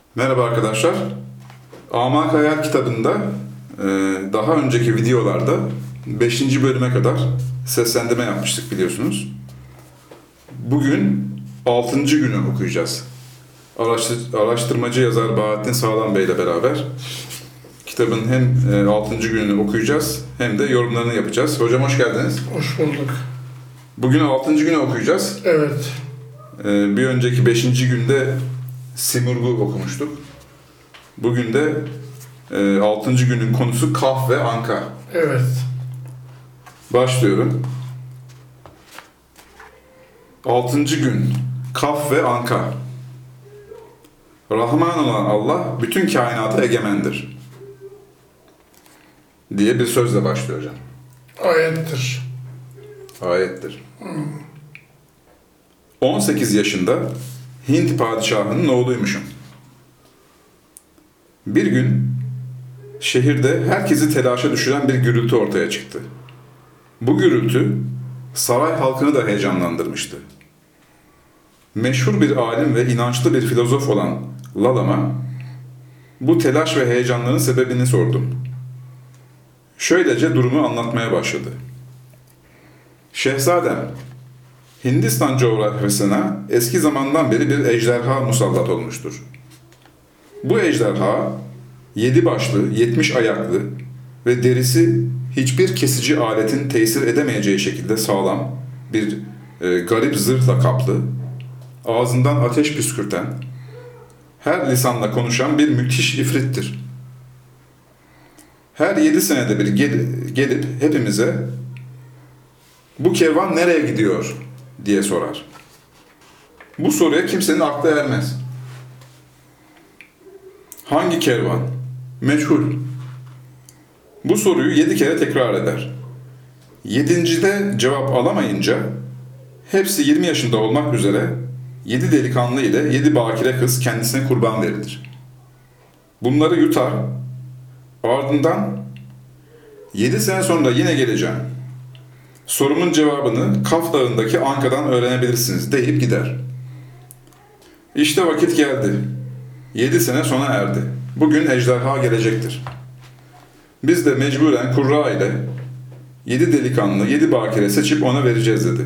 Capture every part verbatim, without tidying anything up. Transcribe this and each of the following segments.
Merhaba arkadaşlar. Amak Hayal kitabında e, daha önceki videolarda beşinci bölüme kadar seslendirme yapmıştık biliyorsunuz. Bugün altıncı günü okuyacağız. Araştır, araştırmacı yazar Bahattin Sağlam Bey ile beraber kitabın hem e, altıncı gününü okuyacağız hem de yorumlarını yapacağız. Hocam hoş geldiniz. Hoş bulduk. Bugün altıncı günü okuyacağız. Evet. E, bir önceki beşinci günde Simurg'u okumuştuk. Bugün de e, altıncı günün konusu Kaf ve Anka. Evet. Başlıyorum. altıncı gün Kaf ve Anka. Rahman olan Allah bütün kainata egemendir diye bir sözle başlıyor hocam. Ayettir. Ayettir. on sekiz yaşında Hint padişahının oğluymuşum. Bir gün şehirde herkesi telaşa düşüren bir gürültü ortaya çıktı. Bu gürültü saray halkını da heyecanlandırmıştı. Meşhur bir alim ve inançlı bir filozof olan Lalam'a bu telaş ve heyecanların sebebini sordum. Şöylece durumu anlatmaya başladı. Şehzadem, Hindistan coğrafyasına eski zamandan beri bir ejderha musallat olmuştur. Bu ejderha yedi başlı, yetmiş ayaklı ve derisi hiçbir kesici aletin tesir edemeyeceği şekilde sağlam bir e, garip zırhla kaplı, ağzından ateş püskürten, her lisanla konuşan bir müthiş ifrittir. Her yedi senede bir gel- gelip hepimize "Bu kervan nereye gidiyor?" diye sorar. Bu soruya kimsenin aklı ermez. Hangi kervan? Meçhul. Bu soruyu yedi kere tekrar eder. Yedincide cevap alamayınca hepsi yirmi yaşında olmak üzere yedi delikanlı ile yedi bakire kız kendisine kurban verilir. Bunları yutar, ardından yedi sene sonra yine geleceğim. Sorumun cevabını Kaf Dağı'ndaki Anka'dan öğrenebilirsiniz deyip gider. İşte vakit geldi. Yedi sene sona erdi. Bugün ejderha gelecektir. Biz de mecburen kurra ile yedi delikanlı, yedi bakire seçip ona vereceğiz dedi.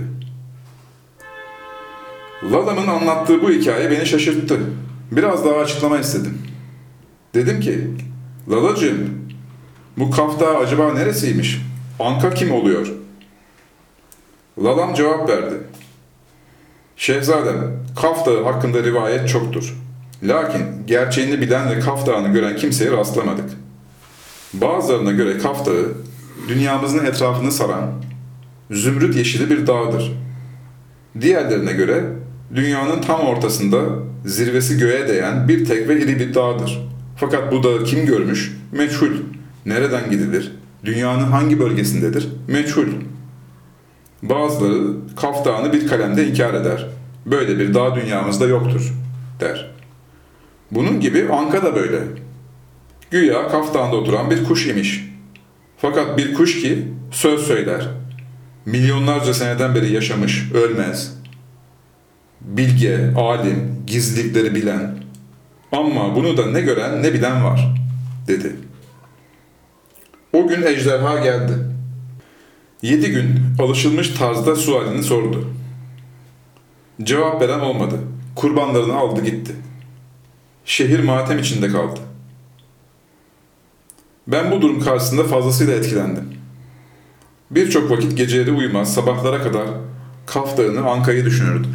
Lalam'ın anlattığı bu hikaye beni şaşırttı. Biraz daha açıklama istedim. Dedim ki, Lalacığım, bu Kaf Dağı acaba neresiymiş? Anka kim oluyor? Lalam cevap verdi. Şehzadem, Kaf Dağı hakkında rivayet çoktur. Lakin gerçeğini bilen ve Kaf Dağı'nı gören kimseye rastlamadık. Bazılarına göre Kaf Dağı, dünyamızın etrafını saran, zümrüt yeşili bir dağdır. Diğerlerine göre, dünyanın tam ortasında zirvesi göğe değen bir tek ve iri bir dağdır. Fakat bu dağı kim görmüş? Meçhul. Nereden gidilir? Dünyanın hangi bölgesindedir? Meçhul. Bazıları Kaf Dağı'nı bir kalemde inkar eder. Böyle bir dağ dünyamızda yoktur, der. Bunun gibi Anka da böyle. Güya Kaf Dağı'nda oturan bir kuş imiş. Fakat bir kuş ki söz söyler. Milyonlarca seneden beri yaşamış, ölmez. Bilge, alim, gizlilikleri bilen. Ama bunu da ne gören ne bilen var, dedi. O gün ejderha geldi. Yedi gün alışılmış tarzda sualini sordu. Cevap veren olmadı. Kurbanlarını aldı gitti. Şehir matem içinde kaldı. Ben bu durum karşısında fazlasıyla etkilendim. Birçok vakit geceleri uyumaz, sabahlara kadar Kaf Dağı'nı, Anka'yı düşünürdüm.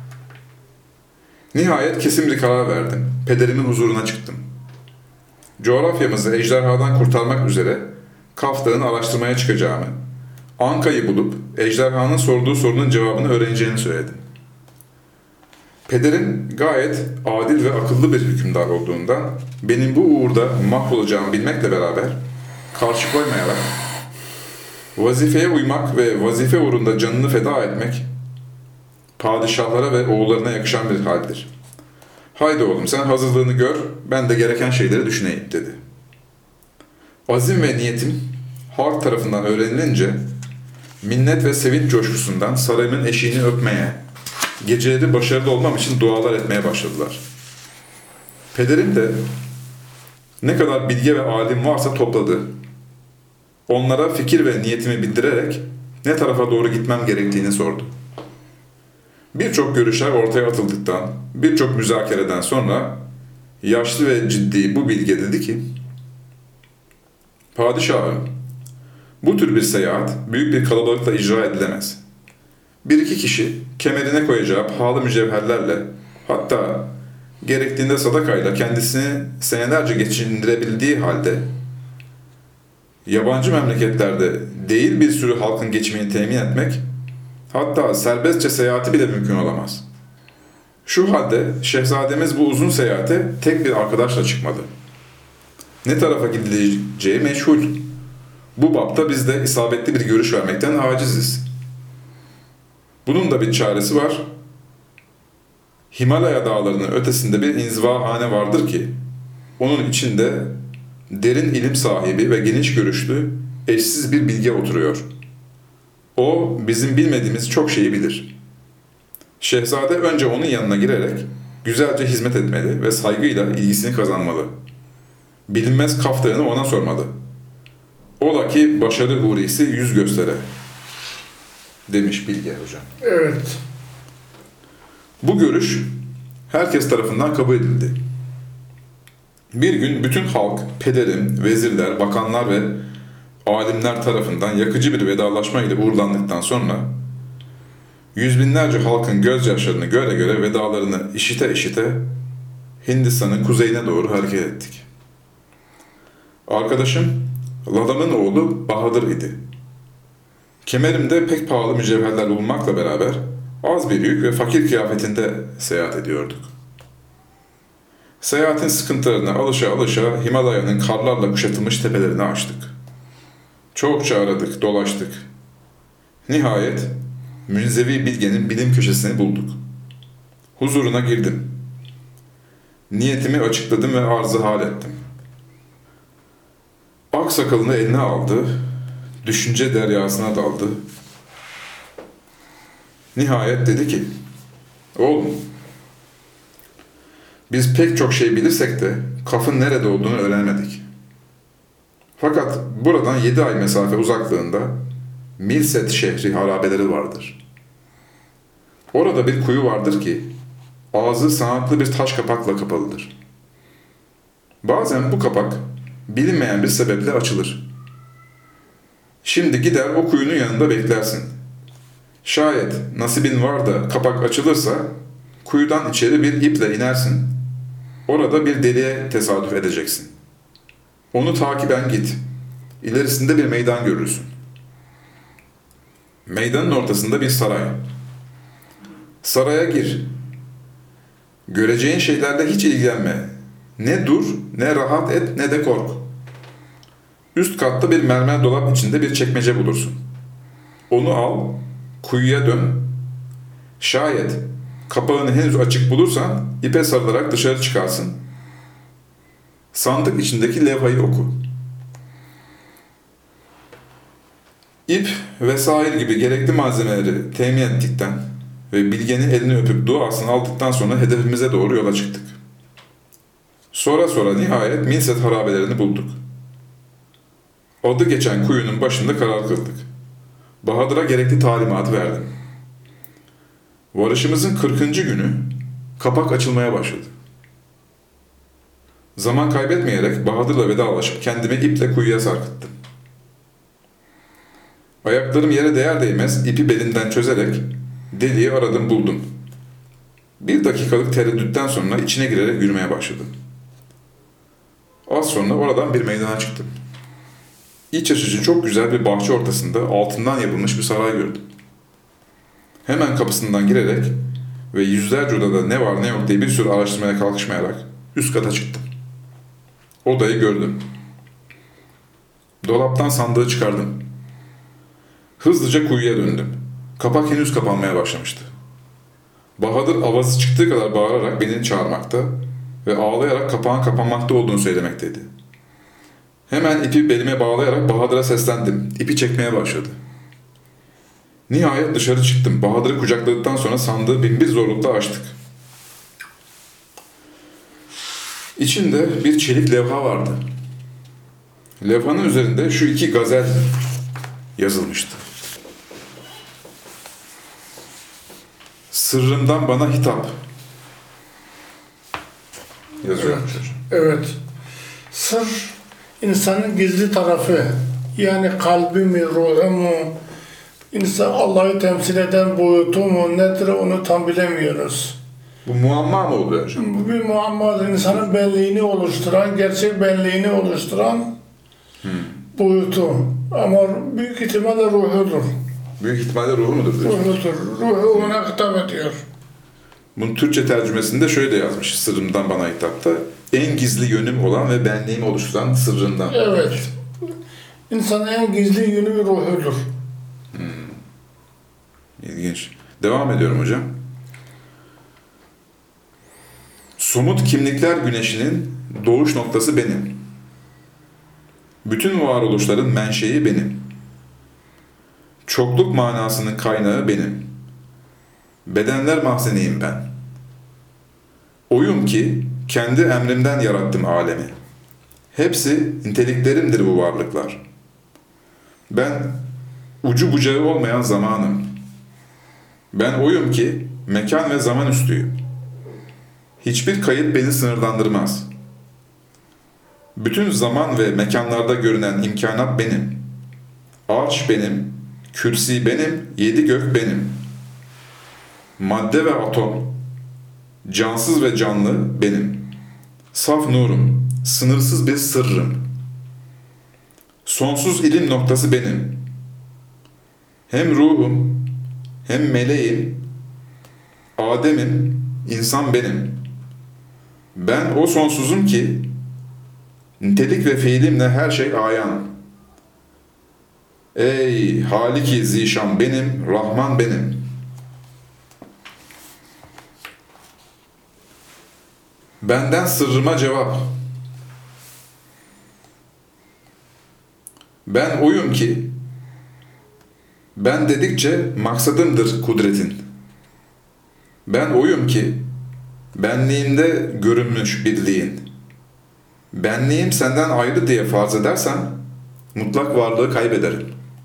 Nihayet kesin bir karar verdim. Pederimin huzuruna çıktım. Coğrafyamızı ejderhadan kurtarmak üzere Kaf Dağı'nı araştırmaya çıkacağımı, Anka'yı bulup ejderhanın sorduğu sorunun cevabını öğreneceğini söyledim. Pederin gayet adil ve akıllı bir hükümdar olduğundan benim bu uğurda mahvolacağımı bilmekle beraber karşı koymayarak vazifeye uymak ve vazife uğrunda canını feda etmek padişahlara ve oğullarına yakışan bir haldir. Haydi oğlum sen hazırlığını gör, ben de gereken şeyleri düşüneyim, dedi. Azim ve niyetim halk tarafından öğrenilince minnet ve sevinç coşkusundan sarayımın eşiğini öpmeye, geceleri başarılı olmam için dualar etmeye başladılar. Pederim de ne kadar bilge ve alim varsa topladı. Onlara fikir ve niyetimi bildirerek ne tarafa doğru gitmem gerektiğini sordu. Birçok görüşler ortaya atıldıktan, birçok müzakereden sonra yaşlı ve ciddi bu bilge dedi ki, "Padişahım, bu tür bir seyahat büyük bir kalabalıkla icra edilemez. Bir iki kişi kemerine koyacağı pahalı mücevherlerle, hatta gerektiğinde sadakayla kendisini senelerce geçindirebildiği halde, yabancı memleketlerde değil bir sürü halkın geçimini temin etmek, hatta serbestçe seyahati bile mümkün olamaz. Şu halde şehzademiz bu uzun seyahate tek bir arkadaşla çıkmadı. Ne tarafa gidileceği meçhul. Bu bapta biz de isabetli bir görüş vermekten aciziz. Bunun da bir çaresi var. Himalaya dağlarının ötesinde bir inzivahane vardır ki, onun içinde derin ilim sahibi ve geniş görüşlü, eşsiz bir bilge oturuyor. O, bizim bilmediğimiz çok şeyi bilir. Şehzade önce onun yanına girerek güzelce hizmet etmeli ve saygıyla ilgisini kazanmalı. Bilinmez kaftanını ona sormalı. Ola ki başarı hurisi yüz göstere." demiş bilge hocam. Evet. Bu görüş herkes tarafından kabul edildi. Bir gün bütün halk, pederim, vezirler, bakanlar ve alimler tarafından yakıcı bir vedalaşma ile uğurlandıktan sonra yüz binlerce halkın gözyaşlarını göre göre vedalarını işite işite Hindistan'ın kuzeyine doğru hareket ettik. Arkadaşım Ladam'ın oğlu Bahadır idi. Kemerimde pek pahalı mücevherler bulunmakla beraber az bir yük ve fakir kıyafetinde seyahat ediyorduk. Seyahatin sıkıntılarına alışa alışa Himalaya'nın karlarla kuşatılmış tepelerini aştık. Çokça aradık, dolaştık. Nihayet Münzevi Bilge'nin bilim köşesini bulduk. Huzuruna girdim. Niyetimi açıkladım ve arzı hal ettim. Ak sakalını eline aldı, düşünce deryasına daldı. Nihayet dedi ki, "Oğlum, biz pek çok şey bilirsek de kafın nerede olduğunu öğrenemedik. Fakat buradan yedi ay mesafe uzaklığında Milset şehri harabeleri vardır. Orada bir kuyu vardır ki ağzı sanatlı bir taş kapakla kapalıdır. Bazen bu kapak bilinmeyen bir sebeple açılır. Şimdi gider o kuyunun yanında beklersin. Şayet nasibin var da kapak açılırsa kuyudan içeri bir iple inersin. Orada bir deliğe tesadüf edeceksin. Onu takiben git. İlerisinde bir meydan görürsün. Meydanın ortasında bir saray. Saraya gir. Göreceğin şeylerle hiç ilgilenme. Ne dur, ne rahat et, ne de kork. Üst katta bir mermer dolap içinde bir çekmece bulursun. Onu al, kuyuya dön. Şayet kapağını henüz açık bulursan ipe sarılarak dışarı çıkarsın. Sandık içindeki levhayı oku. İp vesaire gibi gerekli malzemeleri temin ettikten ve bilgenin elini öpüp duasını aldıktan sonra hedefimize doğru yola çıktık. Sonra sonra nihayet Milset harabelerini bulduk. Adı geçen kuyunun başında karar kıldık. Bahadır'a gerekli talimatı verdim. Varışımızın kırkıncı günü kapak açılmaya başladı. Zaman kaybetmeyerek Bahadır'la vedalaşıp kendimi iple kuyuya sarkıttım. Ayaklarım yere değer değmez ipi belimden çözerek deliği aradım buldum. Bir dakikalık tereddütten sonra içine girerek yürümeye başladım. Az sonra oradan bir meydana çıktım. İç açıcı çok güzel bir bahçe ortasında altından yapılmış bir saray gördüm. Hemen kapısından girerek ve yüzlerce odada ne var ne yok diye bir sürü araştırmaya kalkışmayarak üst kata çıktım. Odayı gördüm. Dolaptan sandığı çıkardım. Hızlıca kuyuya döndüm. Kapak henüz kapanmaya başlamıştı. Bahadır avazı çıktığı kadar bağırarak beni çağırmakta ve ağlayarak kapağın kapanmakta olduğunu söylemekteydi. Hemen ipi belime bağlayarak Bahadır'a seslendim. İpi çekmeye başladı. Nihayet dışarı çıktım. Bahadır'ı kucakladıktan sonra sandığı binbir zorlukla açtık. İçinde bir çelik levha vardı. Levhanın üzerinde şu iki gazel yazılmıştı. Sırrımdan bana hitap. Yazıyormuş hocam. Evet. Sır, insanın gizli tarafı. Yani kalbi mi, ruhu mu, insan Allah'ı temsil eden boyutu mu, nedir onu tam bilemiyoruz. Bu muamma mı oluyor hocam? Bu bir muammadır. İnsanın benliğini oluşturan, gerçek benliğini oluşturan Hmm. boyutu. Ama büyük ihtimalle ruhudur. Büyük ihtimalle ruhu mudur diyorsun? Ruhudur. Ruhu ona hitap ediyor. Bunun Türkçe tercümesinde şöyle yazmış sırrımdan bana hitapta. En gizli yönüm olan ve benliğimi oluşturan sırrından. Evet. İnsanın en gizli yönü ruhudur. Hmm. İlginç. Devam ediyorum hocam. Somut kimlikler güneşinin doğuş noktası benim. Bütün varoluşların menşei benim. Çokluk manasının kaynağı benim. Bedenler mahzeniyim ben. Oyum ki kendi emrimden yarattım alemi. Hepsi niteliklerimdir bu varlıklar. Ben ucu bucağı olmayan zamanım. Ben oyum ki mekan ve zaman üstüyüm. Hiçbir kayıt beni sınırlandırmaz. Bütün zaman ve mekanlarda görünen imkanat benim. Arş benim, kürsi benim, yedi gök benim. Madde ve atom, cansız ve canlı benim. Saf nurum, sınırsız bir sırrım. Sonsuz ilim noktası benim. Hem ruhum, hem meleğim, Adem'im, insan benim. Ben o sonsuzum ki, nitelik ve fiilimle her şey ayan. Ey Halik-i Zişan benim, Rahman benim. Benden sırrıma cevap. Ben oyum ki, ben dedikçe maksadımdır kudretin. Ben oyum ki, benliğimde görünmüş birliğin. Benliğim senden ayrı diye farz edersen, mutlak varlığı kaybederim.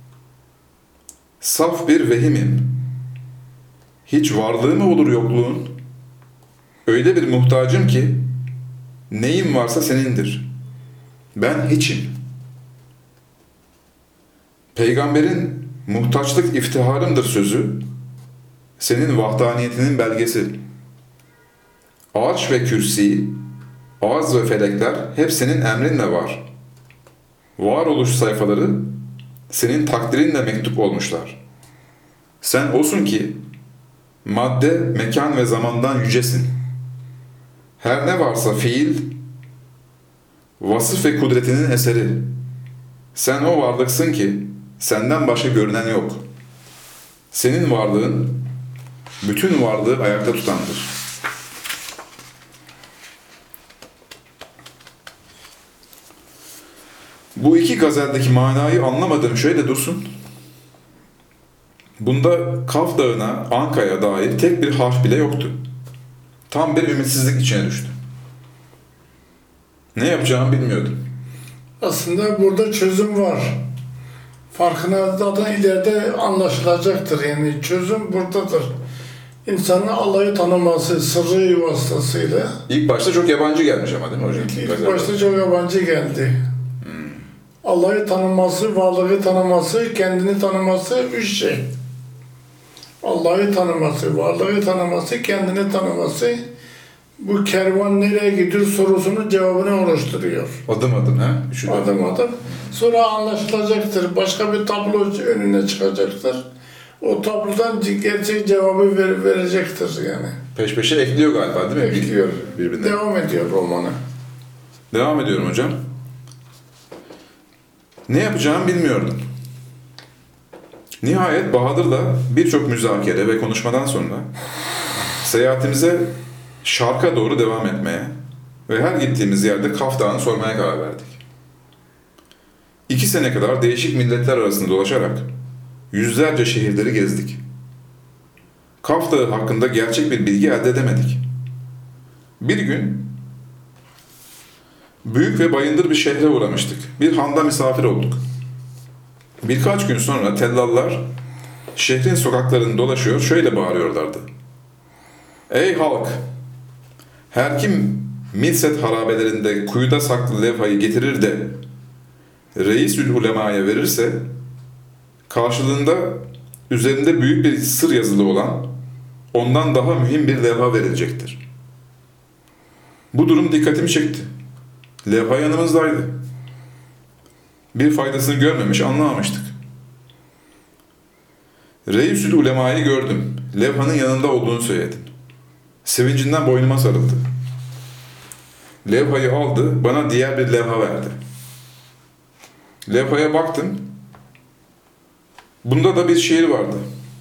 Saf bir vehimim. Hiç varlığı mı olur yokluğun? Öyle bir muhtacım ki, neyim varsa senindir. Ben hiçim. Peygamberin muhtaçlık iftiharımdır sözü, senin vahdaniyetinin belgesi. Arş ve kürsi, arz ve felekler hep senin emrinle var. Varoluş sayfaları senin takdirinle mektup olmuşlar. Sen olsun ki madde, mekan ve zamandan yücesin. Her ne varsa fiil, vasıf ve kudretinin eseri. Sen o varlıksın ki senden başka görünen yok. Senin varlığın bütün varlığı ayakta tutandır. Bu iki gazeldeki manayı anlamadığım şöyle dursun. Bunda Kaf Dağı'na, Anka'ya dair tek bir harf bile yoktu. Tam bir ümitsizlik içine düştü. Ne yapacağımı bilmiyordum. Aslında burada çözüm var. Farkına zaten ileride anlaşılacaktır. Yani çözüm buradadır. İnsanın Allah'ı tanıması sırrı vasıtasıyla. İlk başta çok yabancı gelmiş ama değil mi hocam? İlk başta çok yabancı geldi. Hmm. Allah'ı tanıması, varlığı tanıması, kendini tanıması üç şey. Allah'ı tanıması, varlığı tanıması, kendini tanıması. Bu kervan nereye gidiyor sorusunun cevabını oluşturuyor. Adım adım ha? Üçüncü adım adım. Sonra anlaşılacaktır. Başka bir tablo önüne çıkacaktır. O tablodan gerçek cevabı ver, verecektir yani. Peş peşe ekliyor galiba değil mi? Ekliyor. Birbirine. Devam ediyor romanı. Devam ediyorum hocam. Ne yapacağımı bilmiyordum. Nihayet Bahadır'la birçok müzakere ve konuşmadan sonra seyahatimize şarka doğru devam etmeye ve her gittiğimiz yerde Kaf Dağı'nı sormaya karar verdik. İki sene kadar değişik milletler arasında dolaşarak yüzlerce şehirleri gezdik. Kaf Dağı hakkında gerçek bir bilgi elde edemedik. Bir gün Büyük ve bayındır bir şehre uğramıştık. Bir handa misafir olduk. Birkaç gün sonra tellallar şehrin sokaklarını dolaşıyor, şöyle bağırıyorlardı. Ey halk! Her kim Milset harabelerinde kuyuda saklı levhayı getirir de Reisül Ulema'ya verirse, karşılığında üzerinde büyük bir sır yazılı olan, ondan daha mühim bir levha verilecektir. Bu durum dikkatimi çekti. Levha yanımızdaydı. Bir faydasını görmemiş, anlamamıştık. Reisül Ulema'yı gördüm. Levhanın yanında olduğunu söyledim. Sevincinden boynuma sarıldı. Levhayı aldı, bana diğer bir levha verdi. Levhaya baktım. Bunda da bir şiir vardı.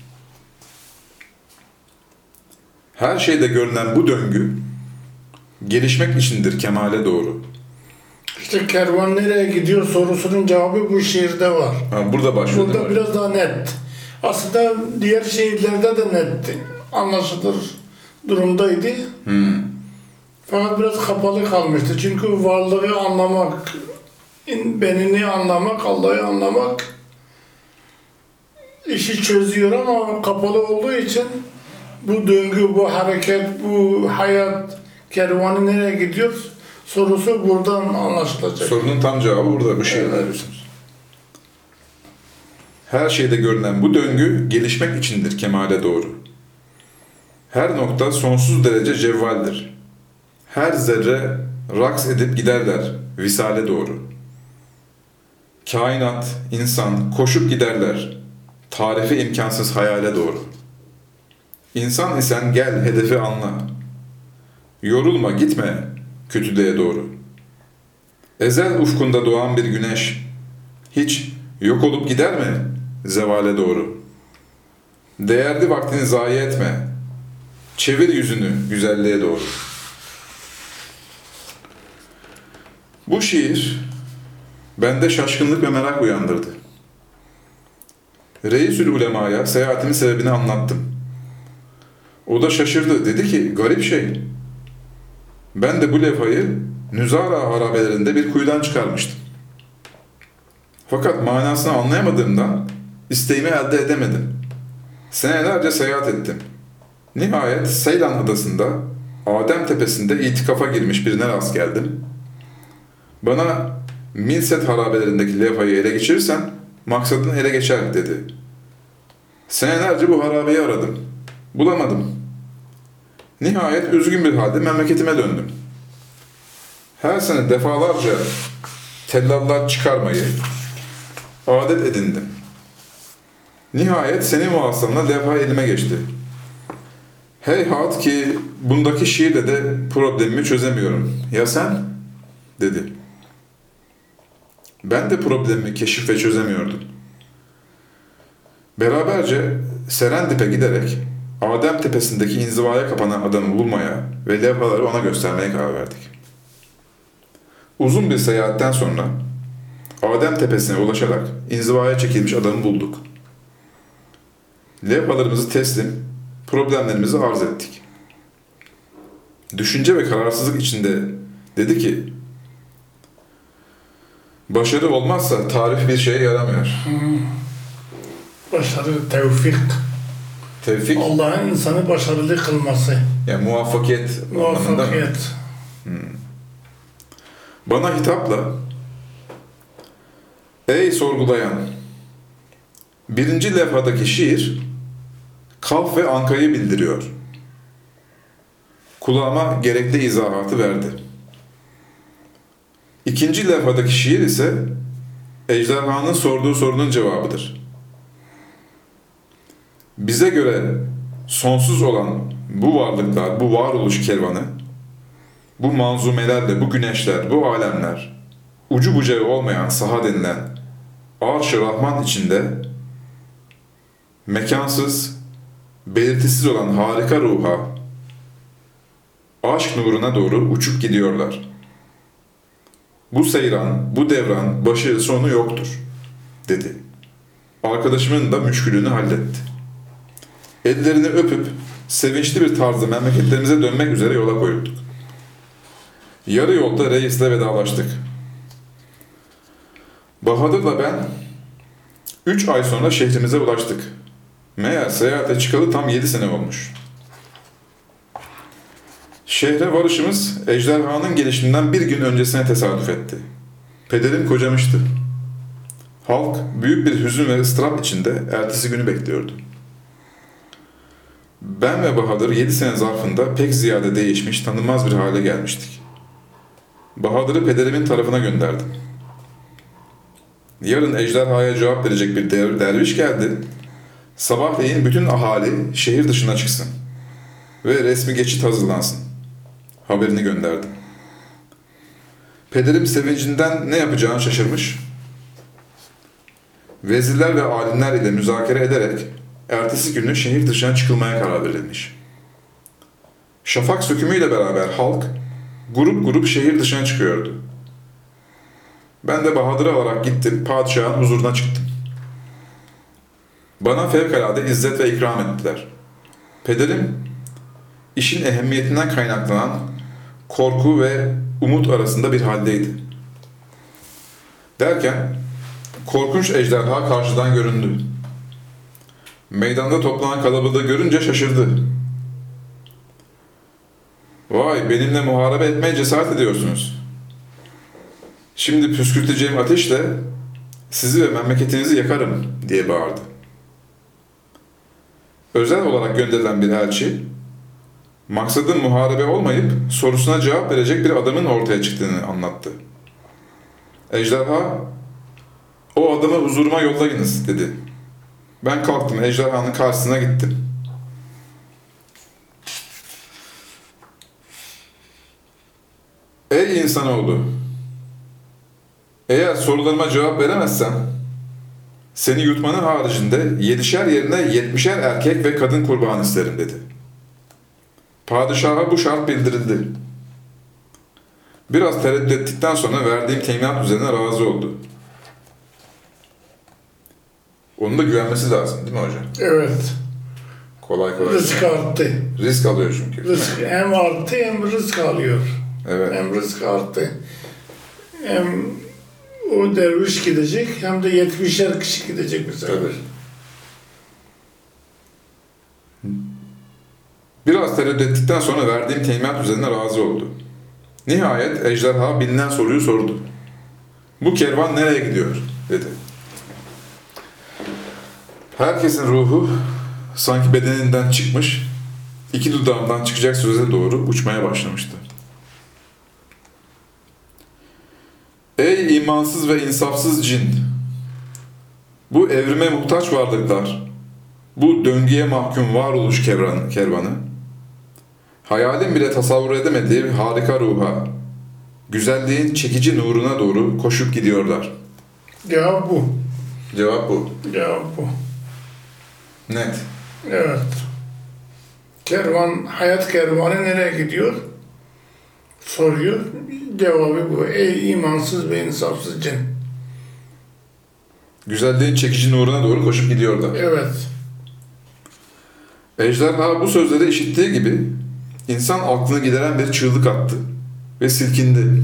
Her şeyde görünen bu döngü, gelişmek içindir kemale doğru. İşte kervan nereye gidiyor sorusunun cevabı bu şiirde var. Ha, burada başlıyor. Burada biraz daha net. Aslında diğer şiirlerde de netti. Anlaşılır durumdaydı. Hmm. Fakat biraz kapalı kalmıştı. Çünkü varlığı anlamak, benini anlamak, Allah'ı anlamak işi çözüyor ama kapalı olduğu için bu döngü, bu hareket, bu hayat kervanı nereye gidiyor sorusu buradan anlaşılacak. Sorunun tam cevabı burada, bu şiirde arıyorsunuz. Her şeyde görünen bu döngü gelişmek içindir kemale doğru. Her nokta sonsuz derece cevvaldir. Her zerre raks edip giderler visale doğru. Kainat, insan koşup giderler tarifi imkansız hayale doğru. İnsan isen gel hedefi anla. Yorulma gitme kötülüğe doğru. Ezel ufkunda doğan bir güneş hiç yok olup gider mi zevale doğru? Değerli vaktini zayi etme. Çevir yüzünü güzelliğe doğru. Bu şiir bende şaşkınlık ve merak uyandırdı. Reisül Ulema'ya seyahatimin sebebini anlattım. O da şaşırdı. Dedi ki, garip şey. Ben de bu levhayı Nüzara harabelerinde bir kuyudan çıkarmıştım. Fakat manasını anlayamadığımdan isteğimi elde edemedim. Senelerce seyahat ettim. Nihayet Seylan adasında Adem tepesinde itikafa girmiş birine rast geldim. Bana Milset harabelerindeki levhayı ele geçirirsen maksadın ele geçer dedi. Senelerce bu harabeyi aradım. Bulamadım. Nihayet üzgün bir halde memleketime döndüm. Her sene defalarca tellallar çıkarmayı adet edindim. Nihayet senin vasıtanla levha elime geçti. Heyhat ki bundaki şiirle de problemimi çözemiyorum. Ya sen? Dedi. Ben de problemimi keşif ve çözemiyordum. Beraberce Serendip'e giderek Adem tepesindeki inzivaya kapanan adamı bulmaya ve levhaları ona göstermeye karar verdik. Uzun bir seyahatten sonra Adem tepesine ulaşarak inzivaya çekilmiş adamı bulduk. Levhalarımızı teslim, problemlerimizi arz ettik. Düşünce ve kararsızlık içinde dedi ki, başarı olmazsa tarif bir şeye yaramıyor. Hmm. Başarı, tevfik. Tevfik? Allah'ın insanı başarılı kılması. Yani muvaffakiyet. Muvaffakiyet. Hmm. Bana hitapla, ey sorgulayan, birinci levhadaki şiir, Kaf ve Anka'yı bildiriyor. Kulağıma gerekli izahatı verdi. İkinci levhadaki şiir ise, ejderhanın sorduğu sorunun cevabıdır. Bize göre sonsuz olan bu varlıklar, bu varoluş kervanı, bu manzumelerle, bu güneşler, bu alemler, ucu bucağı olmayan saha denilen Arş-ı Rahman içinde mekansız, belirtisiz olan harika ruha, aşk nuruna doğru uçup gidiyorlar. Bu seyran, bu devran başı sonu yoktur, dedi. Arkadaşımın da müşkülünü halletti. Ellerini öpüp sevinçli bir tarzda memleketlerimize dönmek üzere yola koyulduk. Yarı yolda reisle vedalaştık. Bahadır'la ben üç ay sonra şehrimize ulaştık. Meğer seyahate çıkalı tam yedi sene olmuş. Şehre varışımız ejderhanın gelişinden bir gün öncesine tesadüf etti. Pederim kocamıştı. Halk büyük bir hüzün ve ıstırap içinde ertesi günü bekliyordu. Ben ve Bahadır yedi sene zarfında pek ziyade değişmiş, tanınmaz bir hale gelmiştik. Bahadır'ı pederimin tarafına gönderdim. Yarın ejderhaya cevap verecek bir der derviş geldi. Sabahleyin bütün ahali şehir dışına çıksın ve resmi geçit hazırlansın. Haberini gönderdim. Pederim sevincinden ne yapacağını şaşırmış. Vezirler ve alimler ile müzakere ederek ertesi günü şehir dışına çıkılmaya karar verilmiş. Şafak sökümüyle beraber halk grup grup şehir dışına çıkıyordu. Ben de Bahadır'ı alarak gittim, padişahın huzuruna çıktım. Bana fevkalade izzet ve ikram ettiler. Pederim, işin ehemmiyetinden kaynaklanan korku ve umut arasında bir haldeydi. Derken, korkunç ejderha karşıdan göründü. Meydanda toplanan kalabalığı görünce şaşırdı. "Vay, benimle muharebe etmeye cesaret ediyorsunuz. Şimdi püskürteceğim ateşle sizi ve memleketinizi yakarım," diye bağırdı. Özel olarak gönderilen bir elçi, maksadın muharebe olmayıp sorusuna cevap verecek bir adamın ortaya çıktığını anlattı. Ejderha, "O adamı huzuruma yollayınız," dedi. Ben kalktım, ejderhanın karşısına gittim. "Ey insanoğlu! Eğer sorularıma cevap veremezsen, seni yutmanın haricinde yedişer yerine yetmişer erkek ve kadın kurban isterim," dedi. Padişaha bu şart bildirildi. Biraz tereddüt ettikten sonra verdiğim teminat üzerine razı oldu. Onun da güvenmesi lazım değil mi hocam? Evet. Kolay kolay. Rızk arttı. Risk alıyor çünkü. Rızk hem arttı hem rızk alıyor. Evet. Hem rızk arttı. Hem o derviş gidecek hem de yetmişer kişi gidecek bize. Tabii. Biraz tereddüt ettikten sonra verdiğim teminat üzerine razı oldu. Nihayet ejderha bilinen soruyu sordu. "Bu kervan nereye gidiyor?" dedi. Herkesin ruhu sanki bedeninden çıkmış, iki dudağımdan çıkacak söze doğru uçmaya başlamıştı. "Ey imansız ve insafsız cin! Bu evrime muhtaç varlıklar, bu döngüye mahkum varoluş kervanı, kervanı hayalin bile tasavvur edemediği harika ruha, güzelliğin çekici nuruna doğru koşup gidiyorlar." Cevap bu. Cevap bu. Cevap bu. Net. Evet. Kervan, hayat kervanı nereye gidiyor? Soruyor. Cevabı bu. Ey imansız ve insafsız cin. Güzelliğin çekici nuruna doğru koşup gidiyorlar. Evet. Ejderha bu sözleri işittiği gibi insan aklını gideren bir çığlık attı ve silkindi.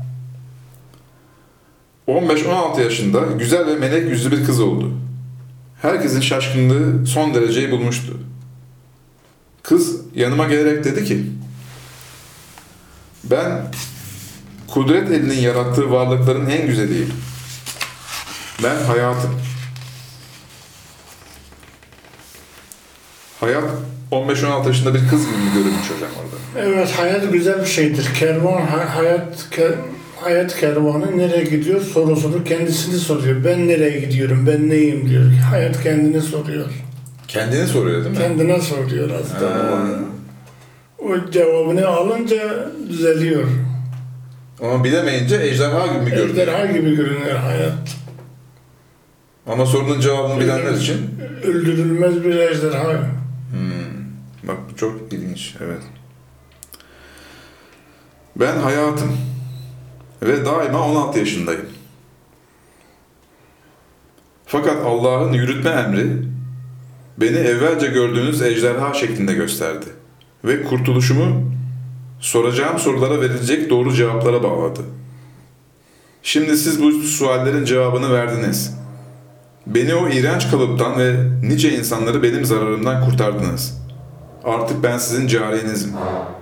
on beş on altı yaşında güzel ve melek yüzlü bir kız oldu. Herkesin şaşkınlığı son dereceyi bulmuştu. Kız yanıma gelerek dedi ki, "Ben kudret elinin yarattığı varlıkların en güzeliyim. Ben hayatım." Hayat on beş on altı yaşında bir kız gibi mi görünmüş hocam orada? Evet, hayat güzel bir şeydir. Kervan, ha- hayat ke- hayat kervanı nereye gidiyor sorusunu kendisini soruyor. Ben nereye gidiyorum, ben neyim diyor. Hayat kendini soruyor. Kendini soruyor değil mi? Kendine soruyor aslında. Ha. O cevabını alınca düzeliyor. Ama bilemeyince ejderha gibi mi görünüyor? Ejderha gibi görünüyor hayat. Ama sorunun cevabını bilenler için Öldürülmez bir ejderha. Hmm. Bak bu çok ilginç, evet. Ben hayatım ve daima on altı yaşındayım. Fakat Allah'ın yürütme emri beni evvelce gördüğünüz ejderha şeklinde gösterdi ve kurtuluşumu soracağım sorulara verilecek doğru cevaplara bağladı. Şimdi siz bu suallerin cevabını verdiniz. Beni o iğrenç kalıptan ve nice insanları benim zararımdan kurtardınız. Artık ben sizin cariyenizim.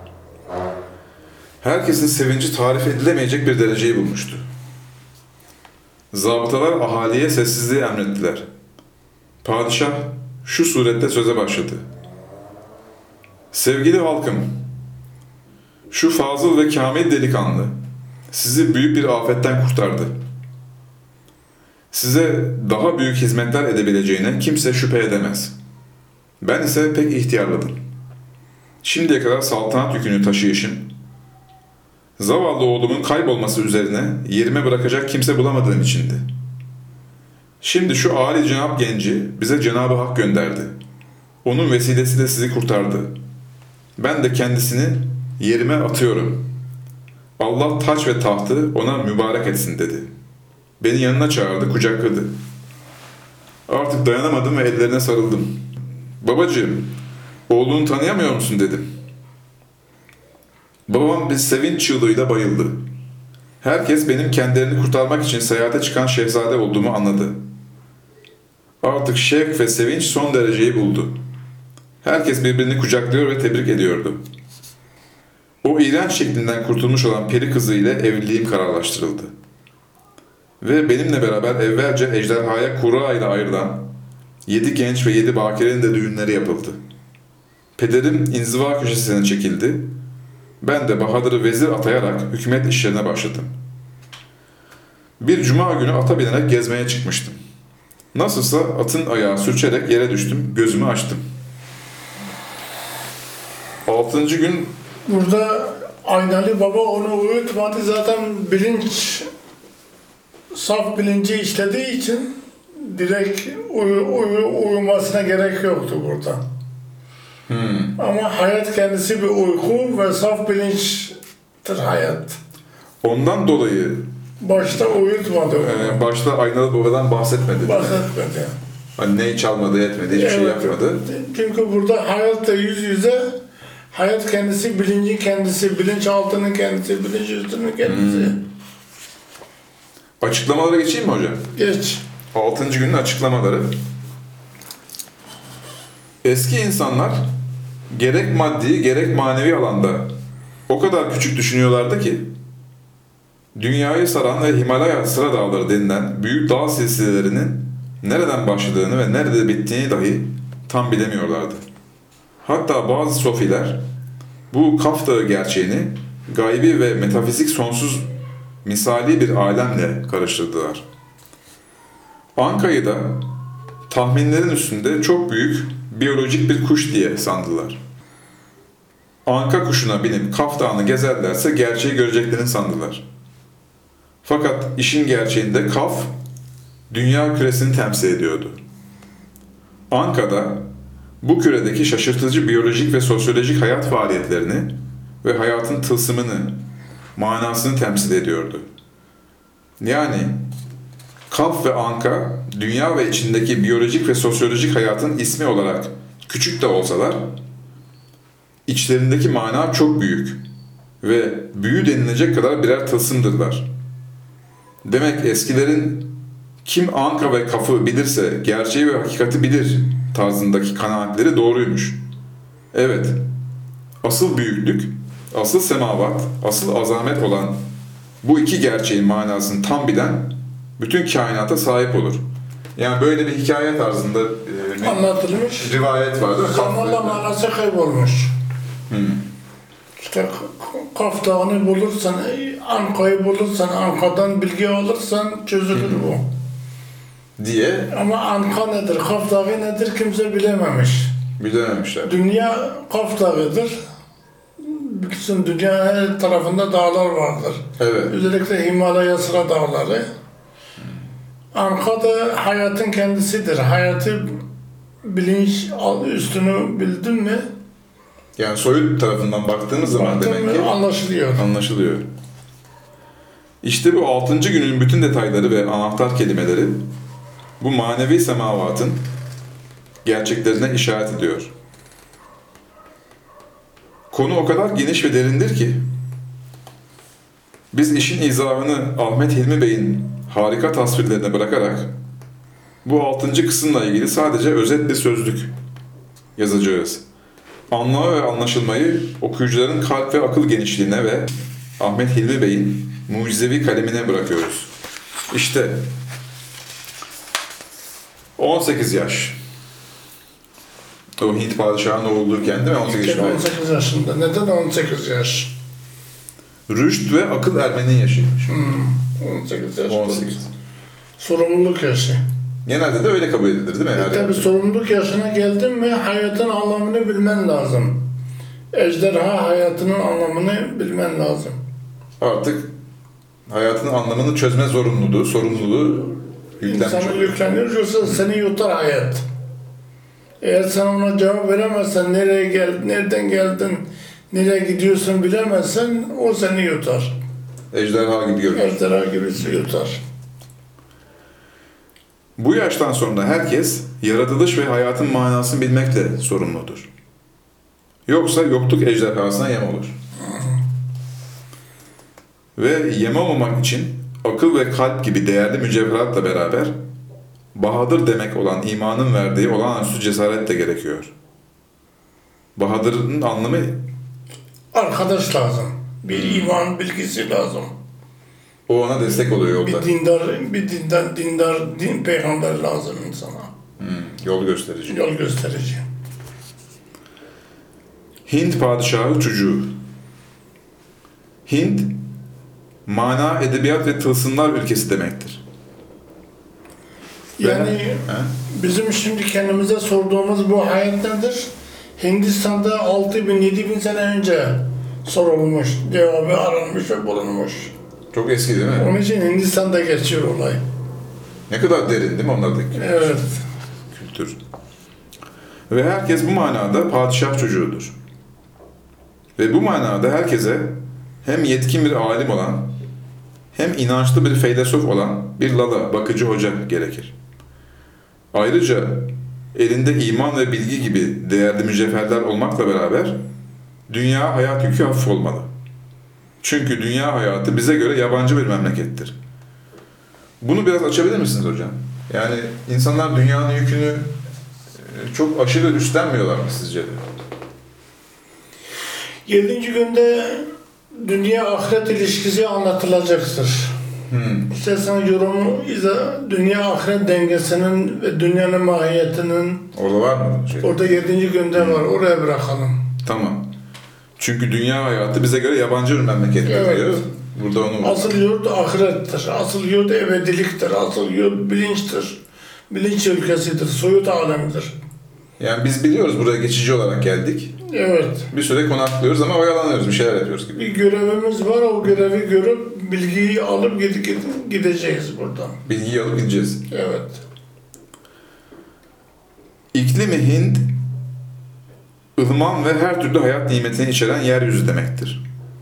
Herkesin sevinci tarif edilemeyecek bir dereceyi bulmuştu. Zabıtalar ahaliye sessizliği emrettiler. Padişah şu surette söze başladı. Sevgili halkım, şu fazıl ve kamil delikanlı sizi büyük bir afetten kurtardı. Size daha büyük hizmetler edebileceğine kimse şüphe edemez. Ben ise pek ihtiyarladım. Şimdiye kadar saltanat yükünü taşıyışım, zavallı oğlumun kaybolması üzerine yerime bırakacak kimse bulamadığım içindi. Şimdi şu âli cenap genci bize Cenab-ı Hak gönderdi. Onun vesilesiyle sizi kurtardı. Ben de kendisini yerime atıyorum. Allah taç ve tahtı ona mübarek etsin dedi. Beni yanına çağırdı, kucakladı. Artık dayanamadım ve ellerine sarıldım. Babacığım, oğlunu tanıyamıyor musun dedim. Babam bir sevinç çığlığıyla bayıldı. Herkes benim kendilerini kurtarmak için seyahate çıkan şehzade olduğumu anladı. Artık şevk ve sevinç son dereceyi buldu. Herkes birbirini kucaklıyor ve tebrik ediyordu. O iğrenç şeklinden kurtulmuş olan peri kızı ile evliliğim kararlaştırıldı. Ve benimle beraber evvelce ejderhaya kura ile ayrılan yedi genç ve yedi bakirenin de düğünleri yapıldı. Pederim inziva köşesine çekildi. Ben de Bahadır'ı vezir atayarak hükümet işlerine başladım. Bir cuma günü ata binerek gezmeye çıkmıştım. Nasılsa atın ayağı sürçerek yere düştüm, gözümü açtım. Altıncı gün... Burada Aynalı Baba onu uyutmadı. Zaten bilinç, saf bilinci işlediği için direkt uyu, uyu, uyumasına gerek yoktu burada. Hmm. Ama hayat kendisi bir uyku ve saf bilinçtir hayat. Ondan dolayı Başta uyutmadı. e, başta Aynalı Baba'dan bahsetmedi. Bahsetmedi. Hani neyi çalmadı, etmedi, hiçbir şey Evet, yapmadı. Çünkü burada hayatla yüz yüze, hayat kendisi, bilincin kendisi, bilinçaltının kendisi, bilinç üstünün kendisi. Hmm. Açıklamalara geçeyim mi hocam? Geç. Altıncı günün açıklamaları. Eski insanlar gerek maddi gerek manevi alanda o kadar küçük düşünüyorlardı ki dünyayı saran ve Himalaya sıra dağları denilen büyük dağ silsilelerinin nereden başladığını ve nerede bittiğini dahi tam bilemiyorlardı. Hatta bazı sofiler bu Kaf Dağı gerçeğini gaybi ve metafizik sonsuz misali bir alemle karıştırdılar. Anka'yı da tahminlerin üstünde çok büyük biyolojik bir kuş diye sandılar. Anka kuşuna binip Kaf Dağı'nı gezerlerse gerçeği göreceklerini sandılar. Fakat işin gerçeğinde Kaf, dünya küresini temsil ediyordu. Anka'da bu küredeki şaşırtıcı biyolojik ve sosyolojik hayat faaliyetlerini ve hayatın tılsımını, manasını temsil ediyordu. Yani Kaf ve Anka, dünya ve içindeki biyolojik ve sosyolojik hayatın ismi olarak küçük de olsalar, içlerindeki mana çok büyük ve büyü denilecek kadar birer tılsımdırlar. Demek eskilerin kim Anka ve Kaf'ı bilirse gerçeği ve hakikati bilir tarzındaki kanaatleri doğruymuş. Evet, asıl büyüklük, asıl semavat, asıl azamet olan bu iki gerçeğin manasını tam bilen bütün kainata sahip olur. Yani böyle bir hikaye tarzında e, Anlatılmış. rivayet var değil mi? Zamanla manası kaybolmuş. Hmm. İşte Kaf Dağı'nı bulursan, Anka'yı bulursan, Anka'dan bilgi alırsan çözülür bu. Diye Ama Anka nedir, Kaf Dağı nedir kimse bilememiş. bilememişler. Dünya Kaf Dağı'dır. Bütün dünya her tarafında dağlar vardır. Evet. Özellikle Himalaya sıra dağları. Anka da hayatın kendisidir. Hayatı bilinç üstünü bildin mi? Yani soyut tarafından baktığımız zaman Baktın demek mı ki anlaşılıyor. anlaşılıyor. İşte bu altıncı günün bütün detayları ve anahtar kelimeleri bu manevi semavatın gerçeklerine işaret ediyor. Konu o kadar geniş ve derindir ki biz işin izahını Ahmet Hilmi Bey'in harika tasvirlerine bırakarak bu altıncı kısımla ilgili sadece özet bir sözlük yazacağız. Anlama ve anlaşılmayı okuyucuların kalp ve akıl genişliğine ve Ahmet Hilmi Bey'in mucizevi kalemine bırakıyoruz. İşte on sekiz yaş. O Hint padişahının oğluyken değil mi? on sekiz yaşında. on sekiz yaşında. Neden on sekiz yaş? Rüşt ve akıl ermenin yaşıymış. Hmm, on sekiz yaş. on sekiz. Sorumluluk yaşı. Genelde de öyle kabul edilir değil mi? E Her tabi yerde. sorumluluk yaşına geldin mi hayatın anlamını bilmen lazım. Ejderha hayatının anlamını bilmen lazım. Artık hayatın anlamını çözme zorunluluğu, sorumluluğu yüklenmiş İnsana oluyor. yükleniyor yoksa seni yutar hayat. Eğer sen ona cevap veremezsen, nereye geldin, nereden geldin, nereye gidiyorsun bilemezsen o seni yutar. Ejderha gibi görünür. Ejderha gibisi yutar. Bu yaştan sonra herkes yaratılış ve hayatın manasını bilmekle sorumludur. Yoksa yokluk ejderhasına yem olur. Ve yem olmamak için akıl ve kalp gibi değerli mücevheratla beraber bahadır demek olan imanın verdiği olağanüstü cesaret de gerekiyor. Bahadırın anlamı Arkadaş lazım. Bir iman bilgisi lazım. o ona destek oluyor yolda. Bir dindar, bir dindar, dindar din peygamber lazım insana. Hmm, yol gösterici. Yol gösterici. Hint padişahı çocuğu. Hint, mana, edebiyat ve tılsımlar ülkesi demektir. Yani He? bizim şimdi kendimize sorduğumuz bu hayat nedir? Hindistan'da altı bin yedi bin sene önce sorulmuş, cevabı aranmış ve bulunmuş. Çok eski değil mi? Onun için Hindistan'da geçiyor olay. Ne kadar derin değil mi onlardaki Evet. kültür? Ve herkes bu manada padişah çocuğudur. Ve bu manada herkese hem yetkin bir alim olan, hem inançlı bir feylesof olan bir lala, bakıcı hoca gerekir. Ayrıca elinde iman ve bilgi gibi değerli mücevherler olmakla beraber dünya hayat yükü hafif olmalı. Çünkü dünya hayatı bize göre yabancı bir memlekettir. Bunu biraz açabilir misiniz hocam? Yani insanlar dünyanın yükünü e, çok aşırı üstlenmiyorlar mı sizce de? Yedinci günde dünya ahiret ilişkisi anlatılacaktır. Hmm. İşte sana yorumu, dünya ahiret dengesinin ve dünyanın mahiyetinin Orada var mı? Şey? orada yedinci günde var. Oraya bırakalım. Tamam. Çünkü dünya hayatı bize göre yabancı bir memlekettir Evet. diyor. Burada onu... Asıl yurt ahirettir. Asıl yurt ebediliktir. Asıl yurt bilinçtir. Bilinç ülkesidir. Soyut alemidir. Yani biz biliyoruz buraya geçici olarak geldik. Evet. Bir süre konaklıyoruz ama oyalanıyoruz, bir şeyler yapıyoruz gibi. Bir görevimiz var. O görevi görüp bilgiyi alıp gide- gide- gideceğiz buradan. Bilgiyi alıp gideceğiz. Evet. İklimi Hind, ılıman ve her türlü hayat nimetini içeren yeryüzü demektir.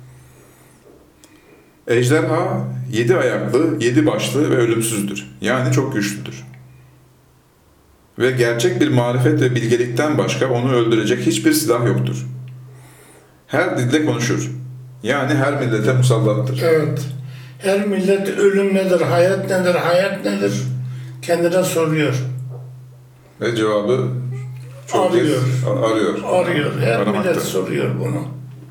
Ejderha, yedi ayaklı, yedi başlı ve ölümsüzdür. Yani çok güçlüdür. Ve gerçek bir marifet ve bilgelikten başka onu öldürecek hiçbir silah yoktur. Her dilde konuşur. Yani her millete musallattır. Evet. Her millet ölüm nedir, hayat nedir, hayat nedir kendine soruyor. Ve cevabı çok kez Arıyor. arıyor. Arıyor. Her Aramakta. millet soruyor bunu.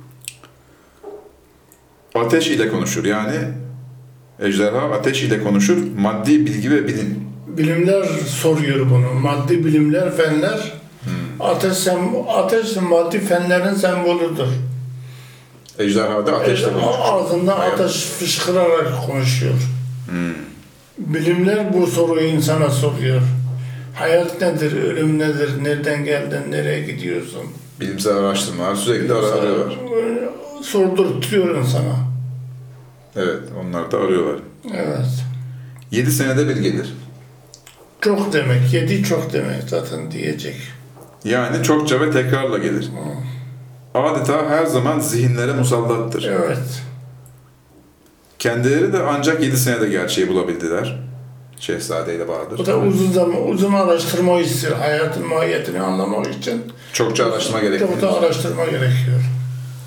Ateş ile konuşur. Yani ejderha ateş ile konuşur. Maddi bilgi ve bilim. Bilimler soruyor bunu. Maddi bilimler, fenler. Hmm. Ateş, sem- ateş maddi fenlerin sembolüdür. Ejderha da ateşle konuşur. Ağzından Hayat. ateş fışkırarak konuşuyor. Hmm. Bilimler bu soruyu insana soruyor. Hayat nedir, ölüm nedir, nereden geldin, nereye gidiyorsun? Bilimsel araştırmalar sürekli ara arıyorlar. Sordurtuyor insana. Evet, onlar da arıyorlar. Evet. Yedi senede bir gelir. Çok demek, yedi çok demek zaten diyecek. Yani çokça ve tekrarla gelir. Adeta her zaman zihinlere musallattır. Evet. Kendileri de ancak yedi senede gerçeği bulabildiler. Şehzade ile Bahadır. Bu da uzun zaman, uzun araştırma istiyor. Hayatın mahiyetini anlamak için Çokça araştırma çok gerekiyor. da araştırma gerekiyor.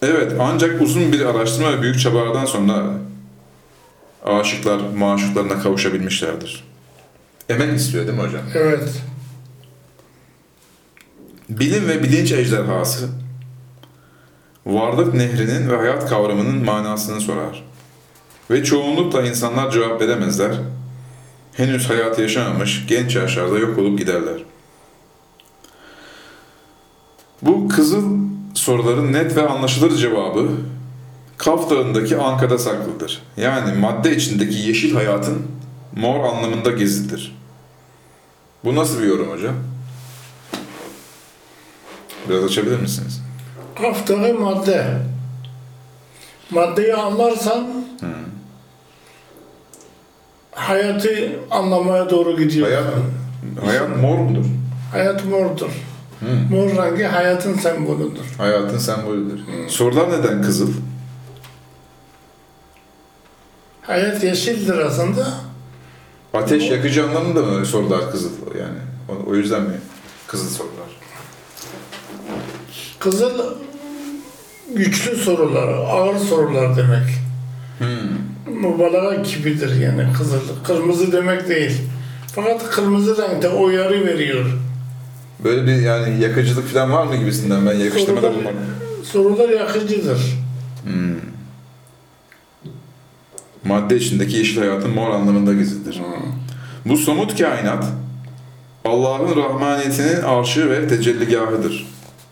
Evet, ancak uzun bir araştırma ve büyük çabalardan sonra aşıklar maşuklarına kavuşabilmişlerdir. Emek istiyor değil mi hocam? Evet. Bilim ve bilinç ejderhası, varlık nehrinin ve hayat kavramının manasını sorar. Ve çoğunlukla insanlar cevap veremezler. Henüz hayatı yaşamamış genç yaşlarda yok olup giderler. Bu kızıl soruların net ve anlaşılır cevabı Kaf Dağı'ndaki Anka'da saklıdır. Yani madde içindeki yeşil hayatın mor anlamında gizlidir. Bu nasıl bir yorum hocam? Biraz açabilir misiniz? Haftalı madde. Maddeyi anlarsan Hmm. hayatı anlamaya doğru gidiyor. Hayat, hayat mor mudur? Hayat mordur. Hmm. Mor rengi hayatın sembolüdür. Hayatın sembolüdür. Sorular neden kızıl? Hayat yeşildir aslında. Ateş yakıcı anlamında mı sorular kızıl yani? O, o yüzden mi kızıl sorular? Kızıl güçlü sorular, ağır sorular demek. Hmm. Mübalağa gibidir yani kızıl. Kırmızı demek değil. Fakat kırmızı renkte uyarı veriyor. Böyle bir yani yakıcılık falan var mı gibisinden ben yakıştırmada Sorular, bulmak. sorular yakıcıdır. Hmm. Madde içindeki yeşil hayatın mor anlamında gizlidir. Hmm. Bu somut kainat Allah'ın rahmaniyetinin arşı ve tecelligahıdır.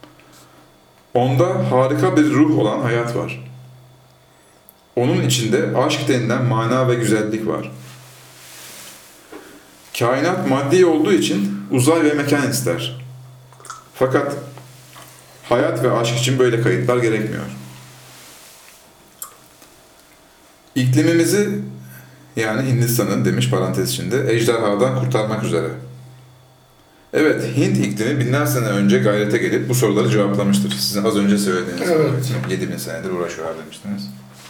Onda harika bir ruh olan hayat var. Onun içinde aşk denilen mana ve güzellik var. Kainat maddi olduğu için uzay ve mekan ister. Fakat hayat ve aşk için böyle kayıtlar gerekmiyor. İklimimizi yani Hindistan'ın demiş parantez içinde ejderhadan kurtarmak üzere. Evet, Hint iklimi binler sene önce gayrete gelip bu soruları cevaplamıştır. Sizin az önce söylediğiniz Evet. yedi bin senedir uğraşıyorlar demiştiniz.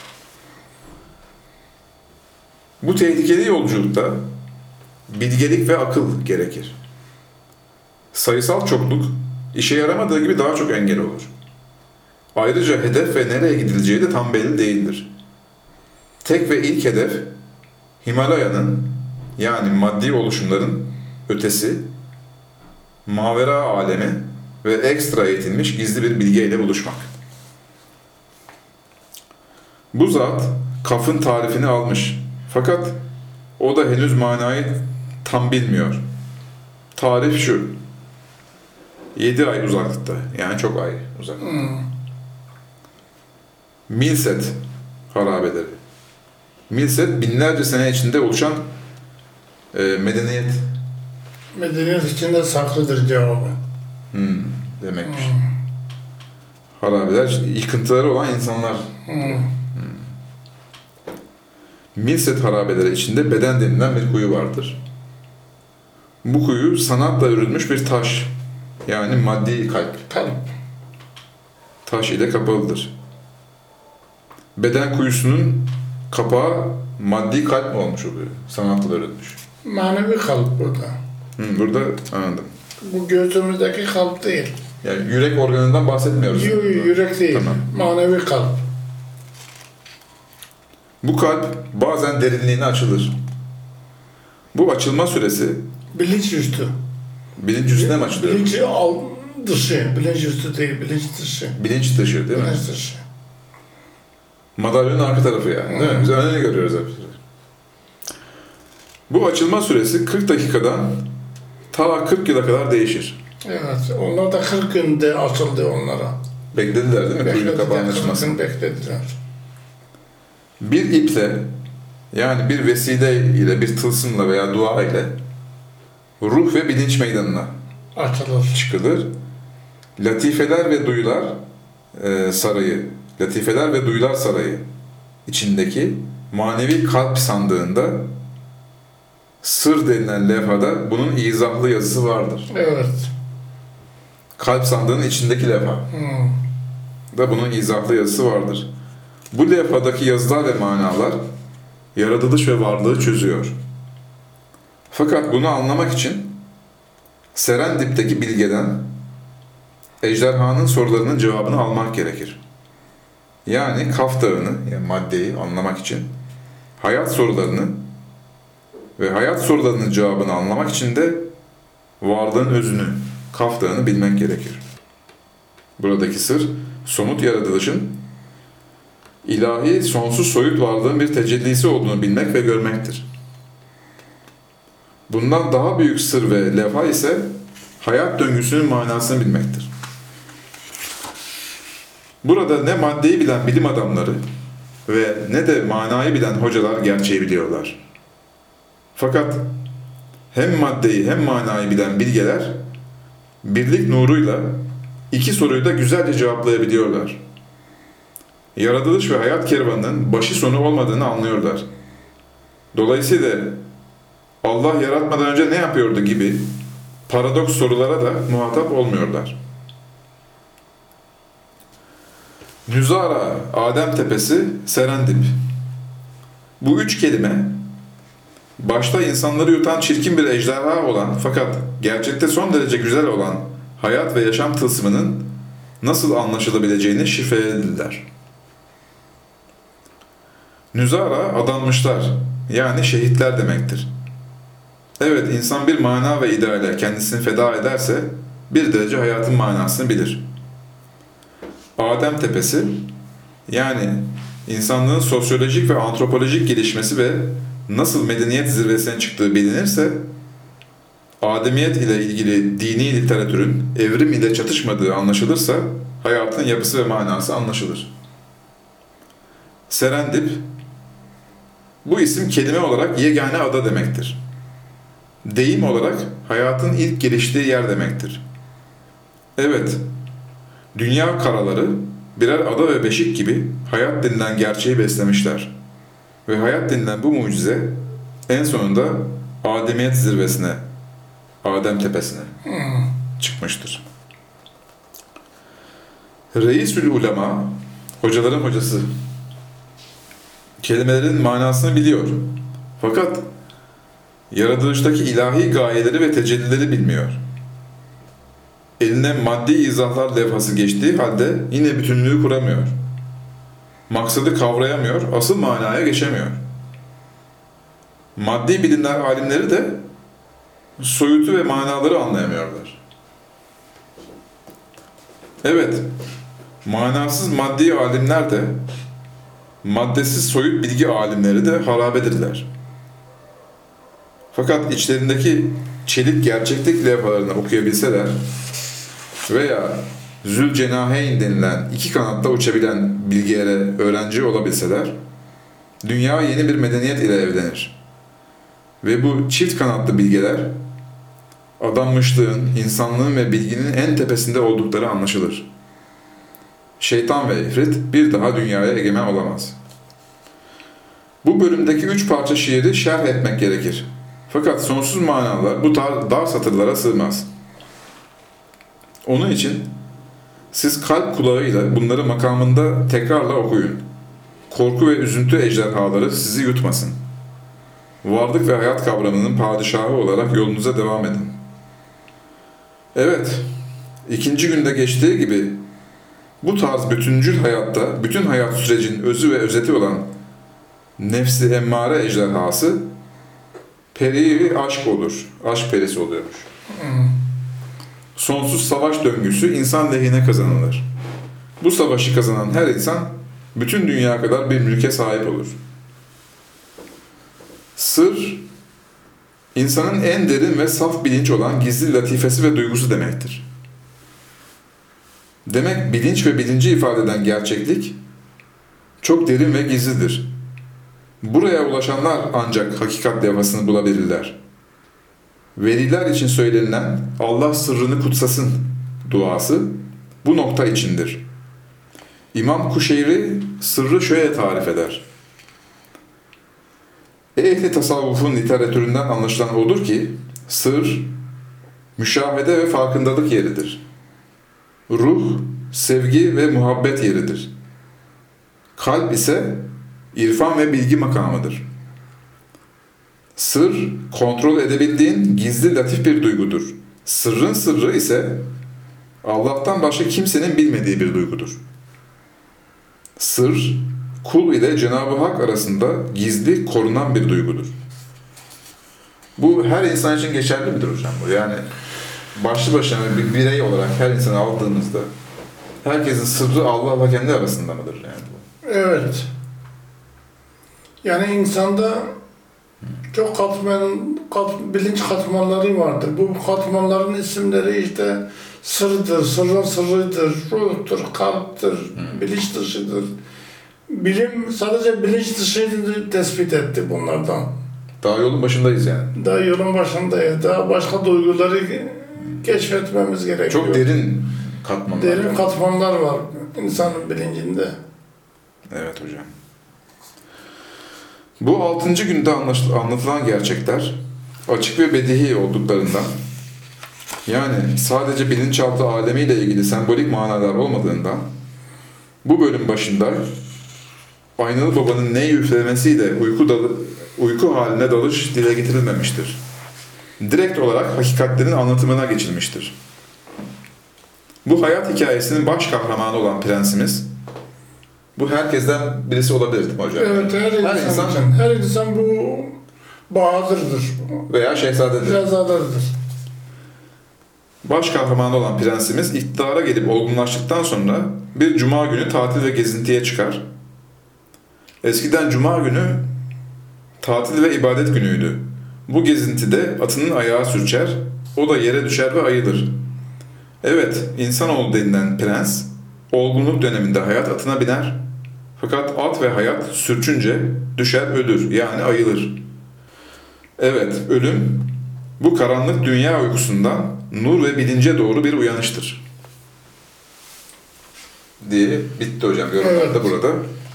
Bu tehlikeli yolculukta bilgelik ve akıl gerekir. Sayısal çokluk işe yaramadığı gibi daha çok engel olur. Ayrıca hedef ve nereye gidileceği de tam belli değildir. Tek ve ilk hedef Himalaya'nın yani maddi oluşumların ötesi, mavera alemi ve ekstra eğitilmiş gizli bir bilgeyle buluşmak. Bu zat kafın tarifini almış fakat o da henüz manayı tam bilmiyor. Tarif şu: yedi ay uzaklıkta, yani çok ay uzaklıkta. Hmm. Milset harabeleri. Milset binlerce sene içinde oluşan e, medeniyet Medeniyet içinde saklıdır cevabı. hmm, demekmiş. Hmm. Harabeler, işte yıkıntıları olan insanlar. Hmm. Milset harabeleri içinde beden denilen bir kuyu vardır. Bu kuyu sanatla örülmüş bir taş, yani maddi kalp. Kalp. Taş ile kapalıdır. Beden kuyusunun kapağı maddi kalp mi olmuş oluyor? Sanatla örülmüş. Manevi kalp burada. Hmm, burada anladım. Bu gözümüzdeki kalp değil. Yani yürek organından bahsetmiyoruz. Yu- Yürek değil. Tamam. Manevi kalp. Bu kalp bazen derinliğine açılır. Bu açılma süresi Bilinç üstü. bilinç üstüne mi açılıyor? Bilinç al dışı. Bilinç üstü değil, bilinç dışı. Bilinç dışı değil mi? Bilinç dışı. Madalyonun arka tarafı yani değil mi? Biz önünü görüyoruz hep. Bu açılma süresi kırk dakikadan ta kırk yıla kadar değişir. Evet, onlar da kırk günde açıldı onlara. Beklediler değil mi? Kuyunun kapağının Beklediler, kırk açılmasını. gün beklediler. Bir iple, yani bir vesile ile, bir tılsımla veya dua ile ruh ve bilinç meydanına Açılır. çıkılır. Latifeler ve duyular e, sarayı, latifeler ve duyular sarayı içindeki manevi kalp sandığında sır denilen levhada bunun izahlı yazısı vardır. Evet. Kalp sandığının içindeki levha Hmm. da bunun izahlı yazısı vardır. Bu levhadaki yazılar ve manalar yaratılış ve varlığı çözüyor. Fakat bunu anlamak için Serendip'teki bilgeden ejderhanın sorularının cevabını almak gerekir. yani Kaf Dağı'nı, yani maddeyi anlamak için, hayat sorularını ve hayat sorularının cevabını anlamak için de varlığın özünü, Kaf Dağı'nı bilmek gerekir. Buradaki sır, somut yaratılışın ilahi, sonsuz soyut varlığın bir tecellisi olduğunu bilmek ve görmektir. Bundan daha büyük sır ve levha ise hayat döngüsünün manasını bilmektir. Burada ne maddeyi bilen bilim adamları ve ne de manayı bilen hocalar gerçeği biliyorlar. Fakat hem maddeyi hem manayı bilen bilgeler birlik nuruyla iki soruyu da güzelce cevaplayabiliyorlar. Yaratılış ve hayat kervanının başı sonu olmadığını anlıyorlar. Dolayısıyla Allah yaratmadan önce ne yapıyordu gibi paradoks sorulara da muhatap olmuyorlar. Nüzara, Adem Tepesi, Serendip. Bu üç kelime, başta insanları yutan çirkin bir ejderha olan fakat gerçekte son derece güzel olan hayat ve yaşam tılsımının nasıl anlaşılabileceğini şifrelediler. Nüzara, adanmışlar, yani şehitler demektir. Evet, insan bir mana ve ideale kendisini feda ederse bir derece hayatın manasını bilir. Adem Tepesi, yani insanlığın sosyolojik ve antropolojik gelişmesi ve nasıl medeniyet zirvesine çıktığı bilinirse, ademiyet ile ilgili dini literatürün evrim ile çatışmadığı anlaşılırsa, hayatın yapısı ve manası anlaşılır. Serendip, bu isim kelime olarak yegane ada demektir. Deyim olarak hayatın ilk geliştiği yer demektir. Evet, dünya karaları birer ada ve beşik gibi hayat denilen gerçeği beslemişler. Ve hayat denilen bu mucize en sonunda ademiyet zirvesine, Adem Tepesi'ne çıkmıştır. Reisül Ulema, hocaların hocası, kelimelerin manasını biliyor. Fakat yaratılıştaki ilahi gayeleri ve tecellileri bilmiyor. Eline maddi izahlar levhası geçtiği halde yine bütünlüğü kuramıyor. Maksadı kavrayamıyor, asıl manaya geçemiyor. Maddi bilimler alimleri de soyutu ve manaları anlayamıyorlar. Evet, manasız maddi alimler de, maddesiz soyut bilgi alimleri de harabedirler. Fakat içlerindeki çelik gerçeklik levhalarını okuyabilseler veya Zülcenaheyn denilen iki kanatta uçabilen bilgilere öğrenci olabilseler, dünya yeni bir medeniyet ile evlenir. Ve bu çift kanatlı bilgeler, adanmışlığın, insanlığın ve bilginin en tepesinde oldukları anlaşılır. Şeytan ve ifrit bir daha dünyaya egemen olamaz. Bu bölümdeki üç parça şiiri şerh etmek gerekir. Fakat sonsuz manalar bu dar, dar satırlara sığmaz. Onun için siz kalp kulağıyla bunları makamında tekrarla okuyun. Korku ve üzüntü ejderhaları sizi yutmasın. Varlık ve hayat kavramının padişahı olarak yolunuza devam edin. Evet, ikinci günde geçtiği gibi bu tarz bütüncül hayatta bütün hayat sürecinin özü ve özeti olan nefsi emmare ejderhası peri aşk olur. Aşk perisi oluyormuş. Sonsuz savaş döngüsü insan lehine kazanılır. Bu savaşı kazanan her insan bütün dünya kadar bir mülke sahip olur. Sır, insanın en derin ve saf bilinç olan gizli latifesi ve duygusu demektir. Demek bilinç ve bilinci ifade eden gerçeklik çok derin ve gizlidir. Buraya ulaşanlar ancak hakikat levhasını bulabilirler. Veliler için söylenilen Allah sırrını kutsasın duası bu nokta içindir. İmam Kuşeyri sırrı şöyle tarif eder. Ehli tasavvufun literatüründen anlaşılan odur ki sır, müşahede ve farkındalık yeridir. Ruh, sevgi ve muhabbet yeridir. Kalp ise irfan ve bilgi makamıdır. Sır, kontrol edebildiğin gizli latif bir duygudur. Sırrın sırrı ise Allah'tan başka kimsenin bilmediği bir duygudur. Sır, kul ile Cenab-ı Hak arasında gizli, korunan bir duygudur. Bu her insan için geçerli midir hocam bu? Yani başlı başına bir birey olarak her insanı aldığımızda herkesin sırrı Allah'la kendi arasında mıdır yani bu? Evet. Yani insanda çok katman, kat, bilinç katmanları vardır. Bu katmanların isimleri işte sırdır, sırrın sırrıdır, ruhtur, kalptir, hmm. bilinç dışıdır. Bilim sadece bilinç dışını tespit etti bunlardan. Daha yolun başındayız yani. Daha yolun başındayız. Daha başka duyguları keşfetmemiz gerekiyor. Çok derin katmanlar. Derin var. katmanlar var insanın bilincinde. Evet hocam. Bu altıncı günde anlatılan gerçekler açık ve bedihi olduklarından, yani sadece bilinçaltı alemiyle ilgili sembolik manalar olmadığından, bu bölüm başında Aynalı Baba'nın ney üflemesiyle uyku, dalı, uyku haline dalış dile getirilmemiştir. Direkt olarak hakikatlerin anlatımına geçilmiştir. Bu hayat hikayesinin baş kahramanı olan prensimiz, bu herkesten birisi olabilir değil mi hocam? Evet, her, her insan, insan için. Her insan bu bahadırdır. Veya şehzadedir. Şehzadedir. Baş kahramanı olan prensimiz iktidara gelip olgunlaştıktan sonra bir cuma günü tatil ve gezintiye çıkar. Eskiden cuma günü tatil ve ibadet günüydü. Bu gezintide atının ayağı sürçer, o da yere düşer ve ayılır. Evet, insanoğlu denilen prens, olgunluk döneminde hayat atına biner. Fakat at ve hayat sürçünce düşer ölür, yani ayılır. Evet, ölüm, bu karanlık dünya uykusundan nur ve bilince doğru bir uyanıştır. Diye bitti hocam, yorumlar da evet. burada.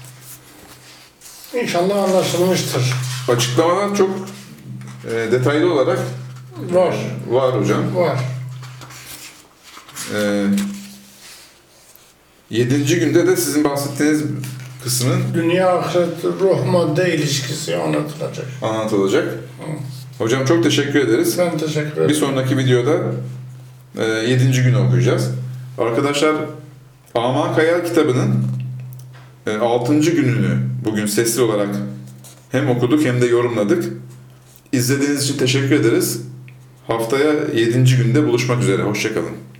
İnşallah anlaşılmıştır. Açıklamalar çok e, detaylı olarak var. Var hocam. Var. E, yedinci günde de sizin bahsettiğiniz kısmın Dünya ahiret ruh madde ilişkisi anlatılacak. Anlatılacak. Hı. Hocam çok teşekkür ederiz. Ben teşekkür ederim. Bir sonraki videoda e, yedinci günü okuyacağız. Arkadaşlar, Aman Kayal kitabının e, altıncı gününü bugün sesli olarak hem okuduk hem de yorumladık. İzlediğiniz için teşekkür ederiz. Haftaya yedinci günde buluşmak üzere. Hoşça kalın.